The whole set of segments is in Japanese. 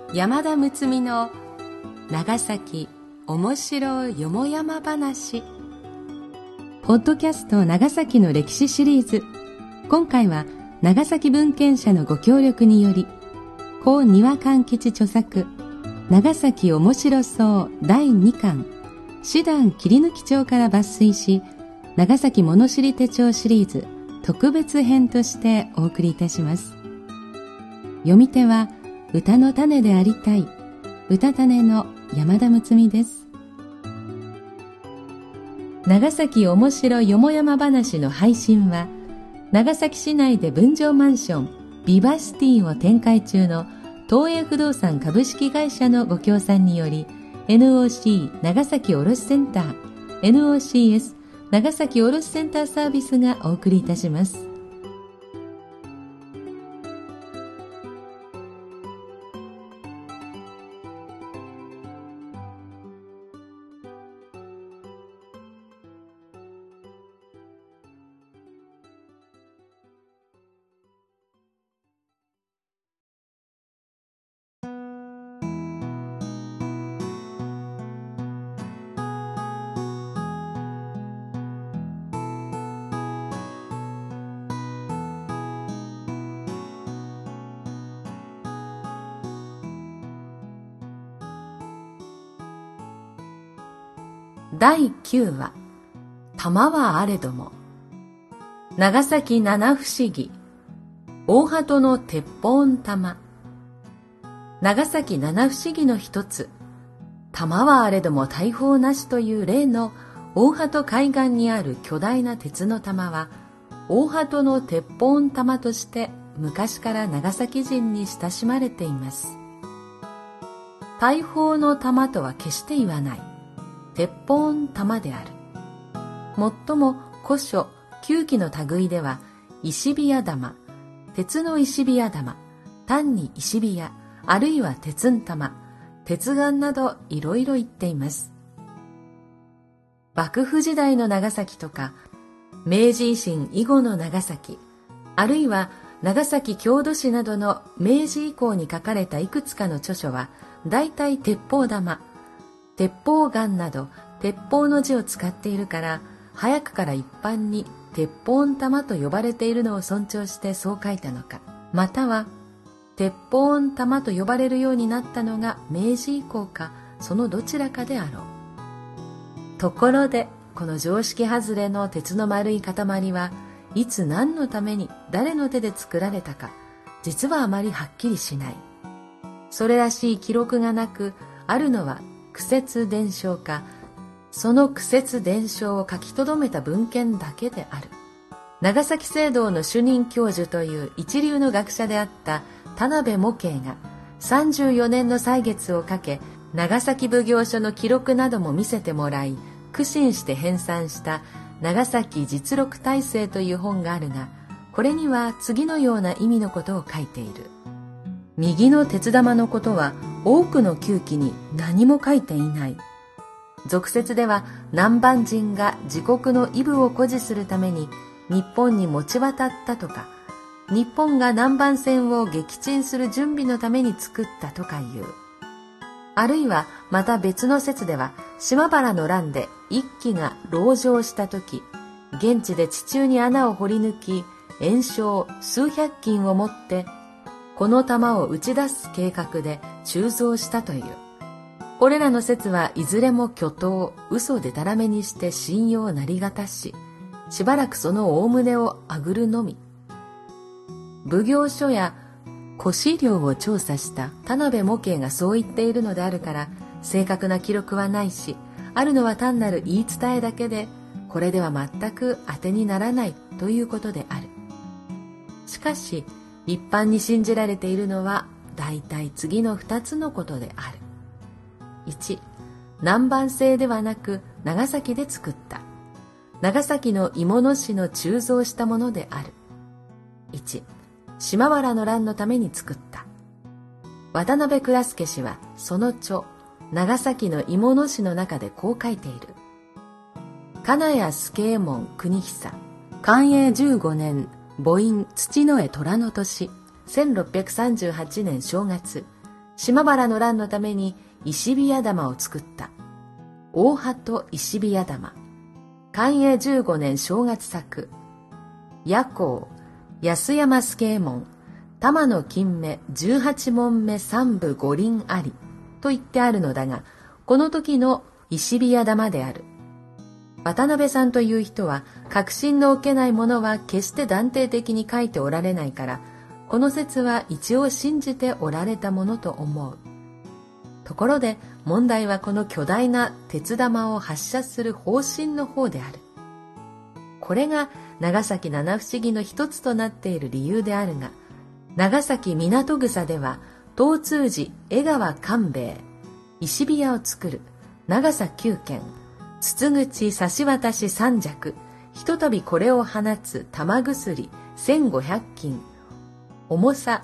山田睦美の長崎おもしろよもやま話。ポッドキャスト長崎の歴史シリーズ。今回は長崎文献社のご協力により、高庭勘吉著作長崎おもしろそう第2巻師団切抜帳から抜粋し、長崎物知り手帳シリーズ特別編としてお送りいたします。読み手は歌の種でありたい歌種の山田睦美です。長崎おもしろよもやま話の配信は、長崎市内で分譲マンションビバシティを展開中の東映不動産株式会社のご協賛により、 NOC 長崎卸センター NOCS 長崎卸センターサービスがお送りいたします。第9話、玉はあれども。長崎七不思議、大鳩の鉄砲玉。長崎七不思議の一つ、玉はあれども大砲なしという例の大鳩海岸にある巨大な鉄の玉は、大鳩の鉄砲玉として昔から長崎人に親しまれています。大砲の玉とは決して言わない。鉄砲玉である。もっとも古書旧記の類では、石火矢玉、鉄の石火矢玉、単に石火矢、あるいは鉄ん玉、鉄丸などいろいろ言っています。幕府時代の長崎とか、明治維新以後の長崎、あるいは長崎郷土史などの明治以降に書かれたいくつかの著書は、大体鉄砲玉、鉄砲丸など鉄砲の字を使っているから、早くから一般に鉄砲玉と呼ばれているのを尊重してそう書いたのか、または鉄砲玉と呼ばれるようになったのが明治以降か、そのどちらかであろう。ところでこの常識外れの鉄の丸い塊はいつ何のために誰の手で作られたか、実はあまりはっきりしない。それらしい記録がなく、あるのは苦節伝承か、その苦節伝承を書き留めた文献だけである。長崎聖堂の主任教授という一流の学者であった田辺模型が34年の歳月をかけ、長崎奉行所の記録なども見せてもらい、苦心して編纂した長崎実録大成という本があるが、これには次のような意味のことを書いている。右の鉄玉のことは多くの旧記に何も書いていない。俗説では南蛮人が自国の威武を誇示するために日本に持ち渡ったとか、日本が南蛮船を撃沈する準備のために作ったとかいう。あるいはまた別の説では、島原の乱で一揆が籠城したとき、現地で地中に穴を掘り抜き、炎症数百斤を持ってこの弾を打ち出す計画で鋳造したという。これらの説はいずれも虚頭、嘘でたらめにして信用なりがたし、しばらくその大旨をあぐるのみ。奉行所や古史料を調査した田辺模型がそう言っているのであるから、正確な記録はないし、あるのは単なる言い伝えだけで、これでは全く当てにならないということである。しかし、一般に信じられているのは大体次の2つのことである。1、南蛮製ではなく長崎で作った。長崎の芋野市の鋳造したものである。1、島原の乱のために作った。渡辺倉助氏はその著長崎の芋野市の中でこう書いている。金谷助右衛門国久、寛永15年母音土の絵虎の年、1638年正月、 島原の乱のために石火矢玉を作った。大鳩石火矢玉。寛永15年正月作。夜行、安山助右衛門、玉の金目18問目3部五輪ありと言ってあるのだが、この時の石火矢玉である。渡辺さんという人は確信の置けないものは決して断定的に書いておられないから、この説は一応信じておられたものと思う。ところで問題はこの巨大な鉄玉を発射する方針の方である。これが長崎七不思議の一つとなっている理由であるが、長崎港草では東通寺江川官兵衛、石火矢を作る長さ9軒、筒口差し渡し三尺、ひとたびこれを放つ玉薬1500斤、重さ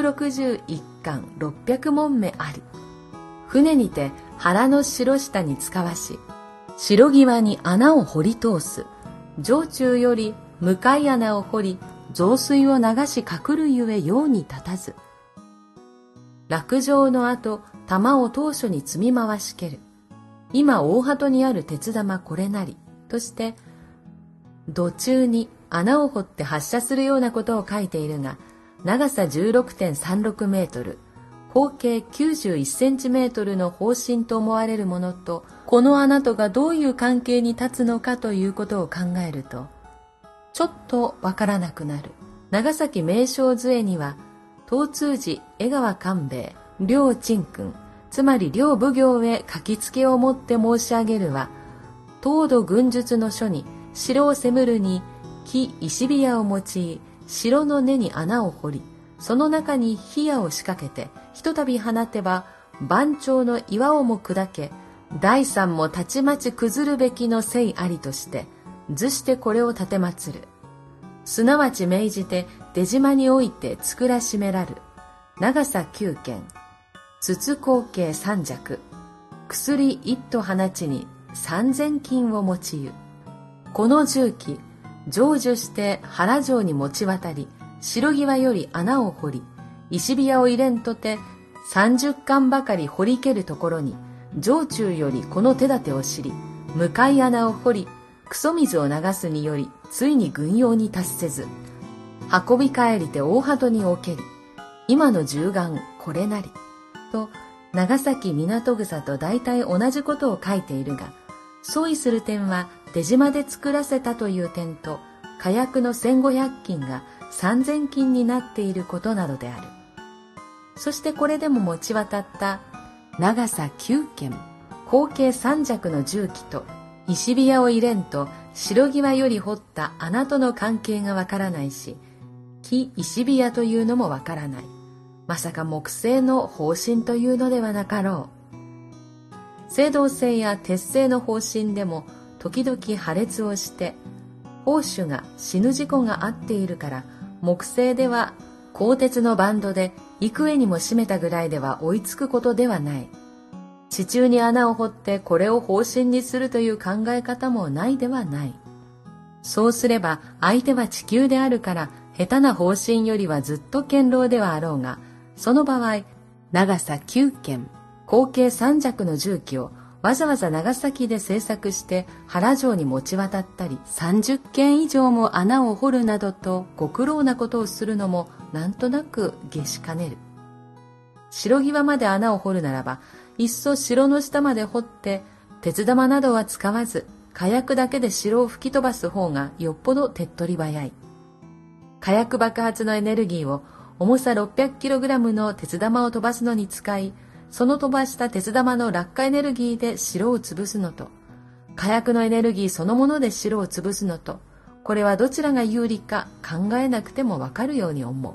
161貫600門目あり。船にて腹の白下に使わし、白際に穴を掘り通す。上中より向かい穴を掘り、増水を流し隠るゆえ用に立たず。落城の後、玉を当初に積み回しける。今大鳩にある鉄玉これなり、として、土中に穴を掘って発射するようなことを書いているが、長さ 16.36 メートル、口径91センチメートルの砲身と思われるものと、この穴とがどういう関係に立つのかということを考えると、ちょっとわからなくなる。長崎名称図会には、東通寺江川官兵衛、両鎮君、つまり両奉行へ書きつけをもって申し上げるは、東土軍術の書に城を攻むるに木石火矢を用い、城の根に穴を掘り、その中に火矢を仕掛けて、ひとたび放てば、番町の岩をも砕け、第三もたちまち崩るべきのせいありとして、図してこれを立てまつる。すなわち命じて出島において作らしめらる。長さ9軒、筒口径3尺、薬一と放ちに3000斤を用い。この重機、成就して原城に持ち渡り、白際より穴を掘り、石火矢を入れんとて30貫ばかり掘り蹴るところに、城中よりこの手立てを知り、向かい穴を掘り、クソ水を流すにより、ついに軍用に達せず、運び帰りて大鳩におけり、今の銃眼これなり、と長崎港草と大体同じことを書いているが、相違する点は出島で作らせたという点と、火薬の1500斤が3000斤になっていることなどである。そしてこれでも持ち渡った長さ9軒、口径3尺の重機と石火矢を入れんと白際より掘った穴との関係がわからないし、木石火矢というのもわからない。まさか木製の砲身というのではなかろう。青銅製や鉄製の砲身でも時々破裂をして、砲手が死ぬ事故があっているから、木製では鋼鉄のバンドで幾重にも締めたぐらいでは追いつくことではない。地中に穴を掘ってこれを砲身にするという考え方もないではない。そうすれば相手は地球であるから下手な砲身よりはずっと堅牢ではあろうが、その場合、長さ9軒、口径3尺の重機をわざわざ長崎で製作して原城に持ち渡ったり、30軒以上も穴を掘るなどとご苦労なことをするのもなんとなく下しかねる。白際まで穴を掘るならば、いっそ城の下まで掘って鉄玉などは使わず火薬だけで城を吹き飛ばす方がよっぽど手っ取り早い。火薬爆発のエネルギーを重さ 600kg の鉄玉を飛ばすのに使い、その飛ばした鉄玉の落下エネルギーで城を潰すのと、火薬のエネルギーそのもので城を潰すのと、これはどちらが有利か考えなくてもわかるように思う。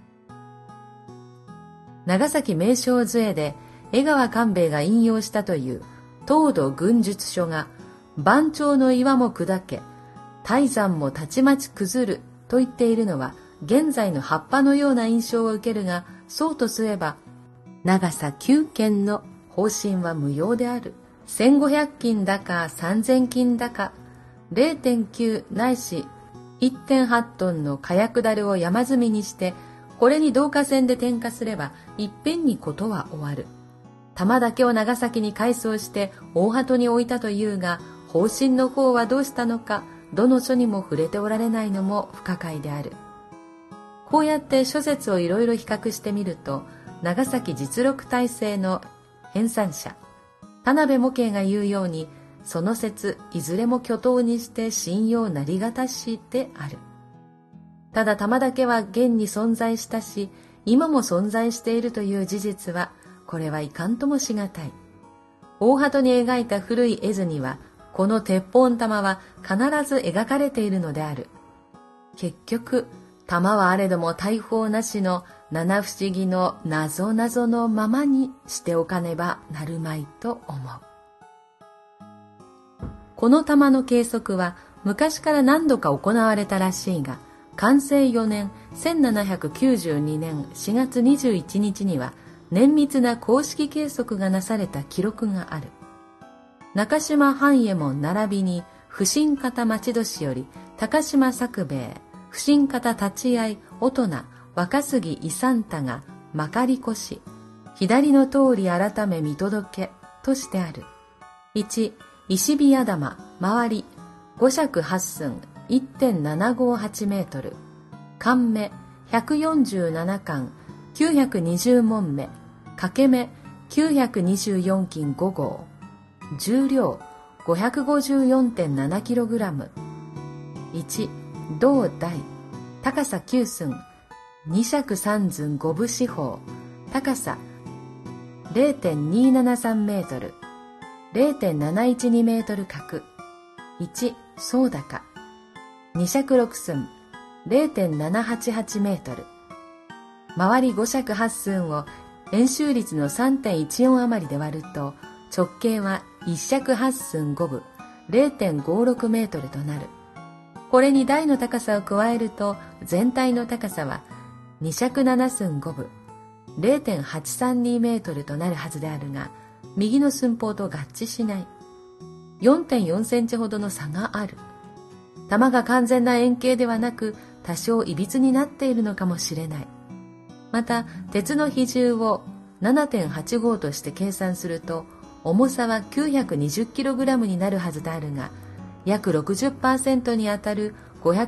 長崎名称図会で江川官兵衛が引用したという東土軍術書が、番町の岩も砕け、大山もたちまち崩ると言っているのは、現在の葉っぱのような印象を受けるが、そうとすれば、長さ9軒の砲身は無用である。1500斤だか3000斤だか、0.9 ないし 1.8 トンの火薬だるを山積みにして、 これに導火線で点火すればいっぺんにことは終わる。弾だけを長崎に改装して大鳩に置いたというが、砲身の方はどうしたのか、どの書にも触れておられないのも不可解である。こうやって諸説をいろいろ比較してみると、長崎実録大成の編纂者田辺模型が言うように、その説いずれも巨頭にして信用なりがたしである。ただ弾だけは現に存在したし、今も存在しているという事実は、これはいかんともしがたい。大鳩に描いた古い絵図には、この鉄砲玉は必ず描かれているのである。結局、玉はあれども大砲なしの七不思議の謎々のままにしておかねばなるまいと思う。この玉の計測は昔から何度か行われたらしいが、寛政4年1792年4月21日には綿密な公式計測がなされた記録がある。中島半右衛門並びに不審方町年より高島作兵衛、不審方立ち会い大人若杉伊三太がまかり越し、左の通り改め見届けとしてある。1、石火頭周り5尺8寸 1.758 メートル、貫目147貫920文目、掛け目924金5号、重量 554.7 キログラム。1、銅大高さ9寸2尺3寸5分四方、高さ 0.273 メートル、0.712 メートル角。1、総高2尺6寸 0.788 メートル。周り5尺8寸を円周率の 3.14 余りで割ると、直径は1尺8寸5分 0.56 メートルとなる。これに台の高さを加えると、全体の高さは2尺7寸5分 0.832 メートルとなるはずであるが、右の寸法と合致しない。4.4 センチほどの差がある。玉が完全な円形ではなく、多少いびつになっているのかもしれない。また、鉄の比重を 7.85 として計算すると、重さは 920kg になるはずであるが、約 60% にあたる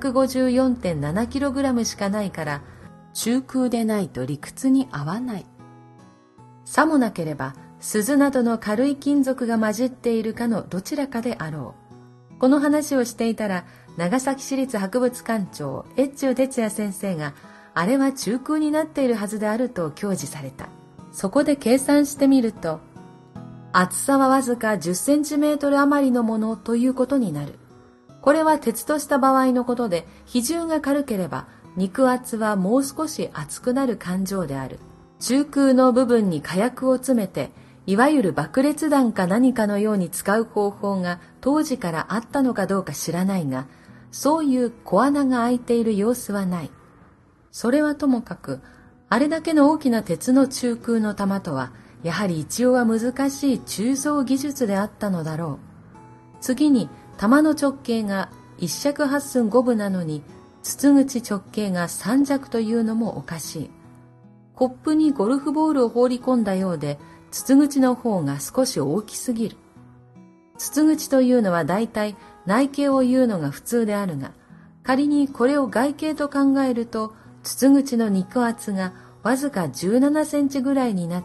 554.7kg しかないから、中空でないと理屈に合わない。さもなければ、鈴などの軽い金属が混じっているかのどちらかであろう。この話をしていたら、長崎市立博物館長越中哲也先生が、あれは中空になっているはずであると教示された。そこで計算してみると、厚さはわずか10センチメートル余りのものということになる。これは鉄とした場合のことで、比重が軽ければ肉厚はもう少し厚くなる勘定である。中空の部分に火薬を詰めて、いわゆる爆裂弾か何かのように使う方法が当時からあったのかどうか知らないが、そういう小穴が開いている様子はない。それはともかく、あれだけの大きな鉄の中空の弾とは、やはり一応は難しい鋳造技術であったのだろう。次に、弾の直径が1尺8寸5分なのに、筒口直径が3尺というのもおかしい。コップにゴルフボールを放り込んだようで、筒口の方が少し大きすぎる。筒口というのはだいたい内径を言うのが普通であるが、仮にこれを外径と考えると、筒口の肉厚がわずか17センチぐらいになって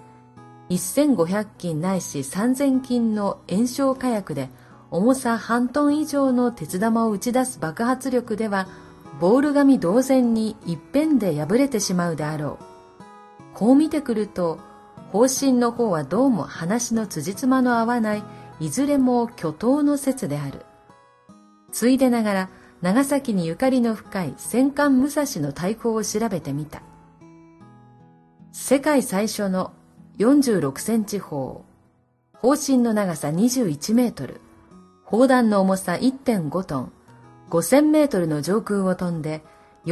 、1500斤ないし3000斤の炎焼火薬で重さ半トン以上の鉄玉を打ち出す爆発力では、ボール紙同然に一遍で破れてしまうであろう。こう見てくると、方針の方はどうも話の辻褄の合わない、いずれも巨頭の説である。ついでながら、長崎にゆかりの深い戦艦武蔵の大砲を調べてみた。世界最初の46センチ砲、砲身の長さ21メートル、砲弾の重さ 1.5 トン、5000メートルの上空を飛んで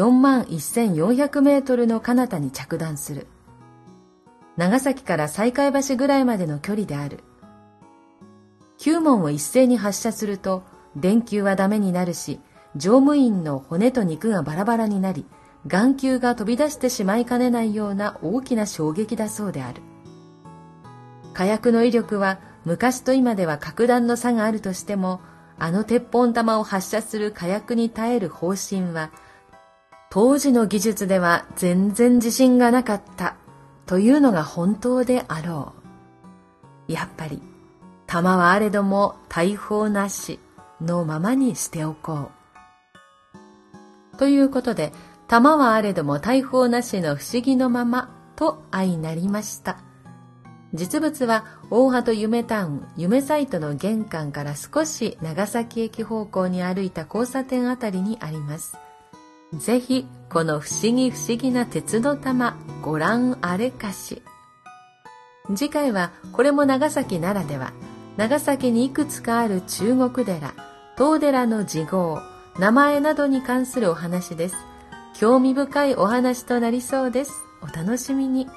41400メートルの彼方に着弾する。長崎から西海橋ぐらいまでの距離である。9門を一斉に発射すると、電球はダメになるし、乗務員の骨と肉がバラバラになり、 眼球が飛び出してしまいかねないような大きな衝撃だそうである。火薬の威力は昔と今では格段の差があるとしても、あの鉄砲玉を発射する火薬に耐える砲身は、当時の技術では全然自信がなかったというのが本当であろう。やっぱり弾はあれども大砲なしのままにしておこう。ということで、弾はあれども大砲なしの不思議のままと相なりました。実物は大鳩夢タウン夢サイトの玄関から少し長崎駅方向に歩いた交差点あたりにあります。ぜひこの不思議な鉄の玉ご覧あれかし。次回はこれも長崎ならでは、長崎にいくつかある中国寺、東寺の事号、名前などに関するお話です。興味深いお話となりそうです。お楽しみに。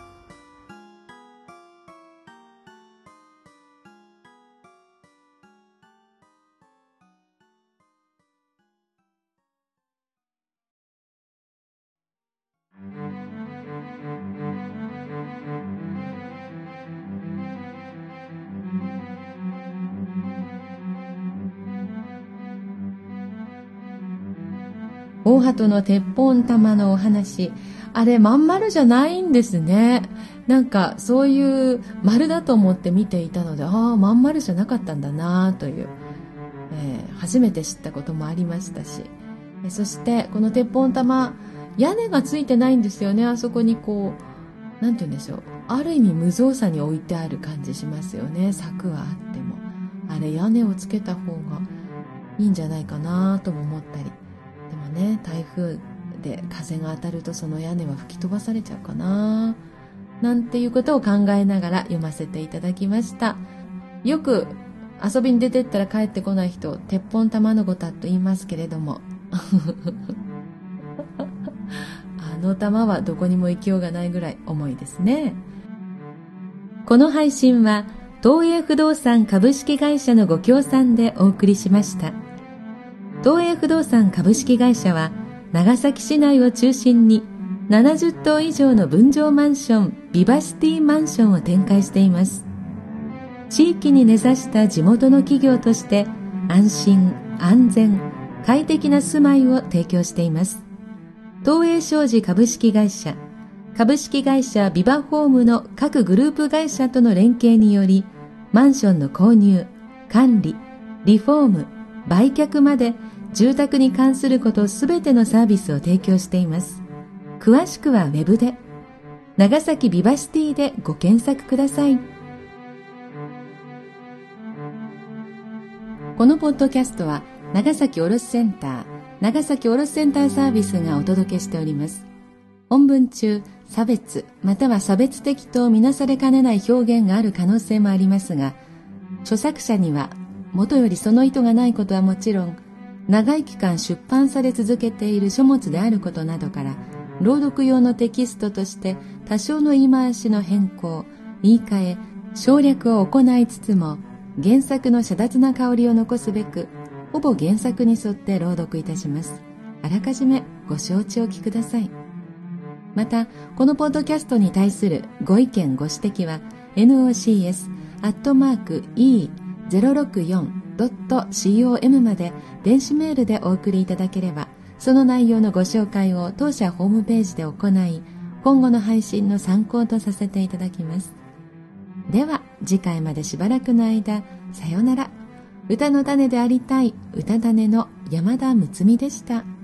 大鳩の鉄砲玉のお話、あれまん丸じゃないんですね。なんかそういう丸だと思って見ていたので、まん丸じゃなかったんだなという、初めて知ったこともありましたし、そしてこの鉄砲玉、屋根がついてないんですよね。あそこにこう、なんて言うんでしょう、ある意味無造作に置いてある感じしますよね。柵はあっても、あれ屋根をつけた方がいいんじゃないかなとも思ったり。でもね、台風で風が当たるとその屋根は吹き飛ばされちゃうかななんていうことを考えながら読ませていただきました。よく遊びに出てったら帰ってこない人を鉄砲玉のごたと言いますけれどもあの玉はどこにも行きようがないぐらい重いですね。この配信は東映不動産株式会社のご協賛でお送りしました。東映不動産株式会社は長崎市内を中心に70棟以上の分譲マンションビバシティマンションを展開しています。地域に根ざした地元の企業として安心安全快適な住まいを提供しています。東映商事株式会社、株式会社ビバホームの各グループ会社との連携により、マンションの購入、管理、リフォーム、売却まで住宅に関することすべてのサービスを提供しています。詳しくはウェブで長崎ビバシティでご検索ください。このポッドキャストは長崎卸センター、長崎卸センターサービスがお届けしております。本文中、差別または差別的とみなされかねない表現がある可能性もありますが、著作者にはもとよりその意図がないことはもちろん、長い期間出版され続けている書物であることなどから、朗読用のテキストとして多少の言い回しの変更、言い換え、省略を行いつつも、原作の遮奪な香りを残すべく、ほぼ原作に沿って朗読いたします。あらかじめご承知おきください。また、このポッドキャストに対するご意見ご指摘は、nocs@e064.com まで電子メールでお送りいただければ、その内容のご紹介を当社ホームページで行い、今後の配信の参考とさせていただきます。では次回までしばらくの間、さようなら。歌の種でありたい歌種の山田睦美でした。